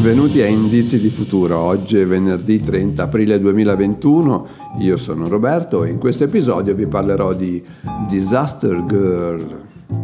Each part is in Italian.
Benvenuti a Indizi di Futuro. Oggi è venerdì 30 aprile 2021, io sono Roberto e in questo episodio vi parlerò di Disaster Girl,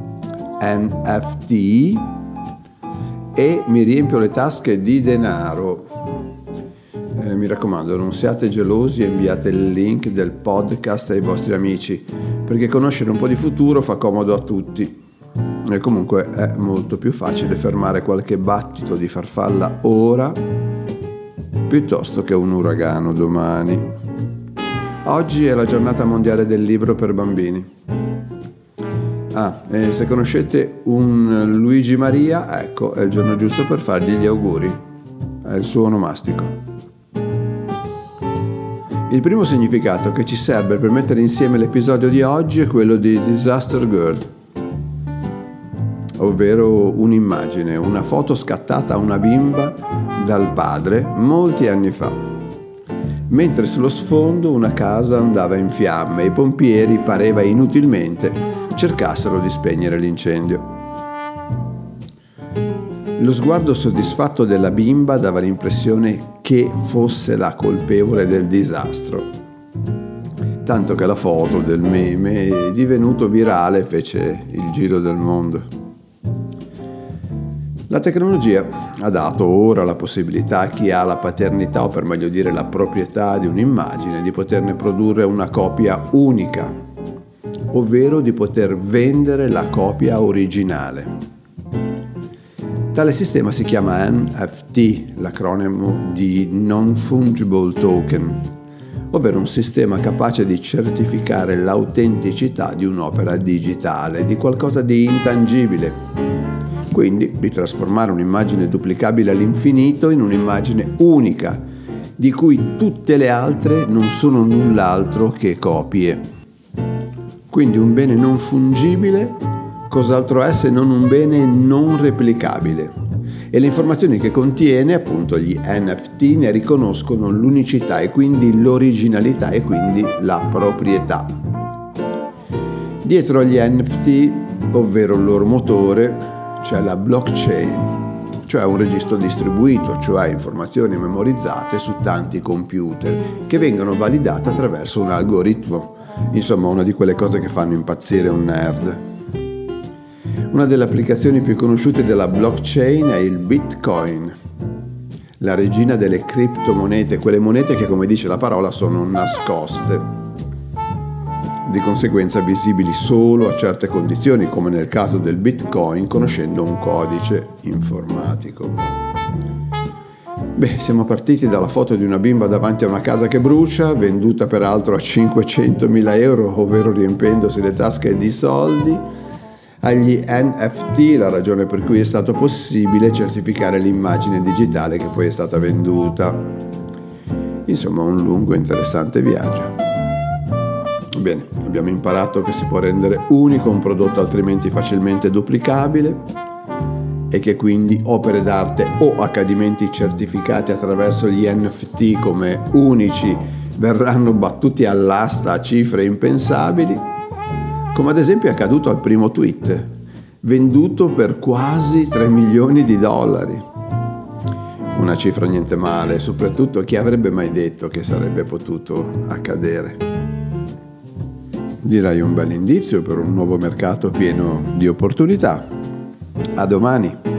NFT e mi riempio le tasche di denaro. Mi raccomando, non siate gelosi e inviate il link del podcast ai vostri amici, perché conoscere un po' di futuro fa comodo a tutti. E comunque è molto più facile fermare qualche battito di farfalla ora piuttosto che un uragano domani. Oggi è la giornata mondiale del libro per bambini. E se conoscete un Luigi Maria, ecco, è il giorno giusto per fargli gli auguri. È il suo onomastico. Il primo significato che ci serve per mettere insieme l'episodio di oggi è quello di Disaster Girl, ovvero un'immagine, una foto scattata a una bimba dal padre molti anni fa, mentre sullo sfondo una casa andava in fiamme e i pompieri pareva inutilmente cercassero di spegnere l'incendio. Lo sguardo soddisfatto della bimba dava l'impressione che fosse la colpevole del disastro, tanto che la foto del meme è divenuto virale e fece il giro del mondo. La tecnologia ha dato ora la possibilità a chi ha la paternità, o per meglio dire la proprietà di un'immagine, di poterne produrre una copia unica, ovvero di poter vendere la copia originale. Tale sistema si chiama NFT, l'acronimo di Non-Fungible Token, ovvero un sistema capace di certificare l'autenticità di un'opera digitale, di qualcosa di intangibile. Quindi di trasformare un'immagine duplicabile all'infinito in un'immagine unica, di cui tutte le altre non sono null'altro che copie. Quindi un bene non fungibile, cos'altro è se non un bene non replicabile? E le informazioni che contiene, appunto gli NFT, ne riconoscono l'unicità e quindi l'originalità e quindi la proprietà. Dietro agli NFT, ovvero il loro motore, c'è la blockchain, cioè un registro distribuito, cioè informazioni memorizzate su tanti computer che vengono validate attraverso un algoritmo. Insomma, una di quelle cose che fanno impazzire un nerd. Una delle applicazioni più conosciute della blockchain è il Bitcoin, la regina delle criptomonete, quelle monete che, come dice la parola, sono nascoste, di conseguenza visibili solo a certe condizioni, come nel caso del Bitcoin, conoscendo un codice informatico. Siamo partiti dalla foto di una bimba davanti a una casa che brucia, venduta peraltro a 500.000 euro, ovvero riempendosi le tasche di soldi, agli NFT, la ragione per cui è stato possibile certificare l'immagine digitale che poi è stata venduta. Insomma, un lungo e interessante viaggio. Bene, abbiamo imparato che si può rendere unico un prodotto altrimenti facilmente duplicabile e che quindi opere d'arte o accadimenti certificati attraverso gli NFT come unici verranno battuti all'asta a cifre impensabili, come ad esempio è accaduto al primo tweet, venduto per quasi 3 milioni di dollari. Una cifra niente male, soprattutto chi avrebbe mai detto che sarebbe potuto accadere. Direi un bel indizio per un nuovo mercato pieno di opportunità. A domani!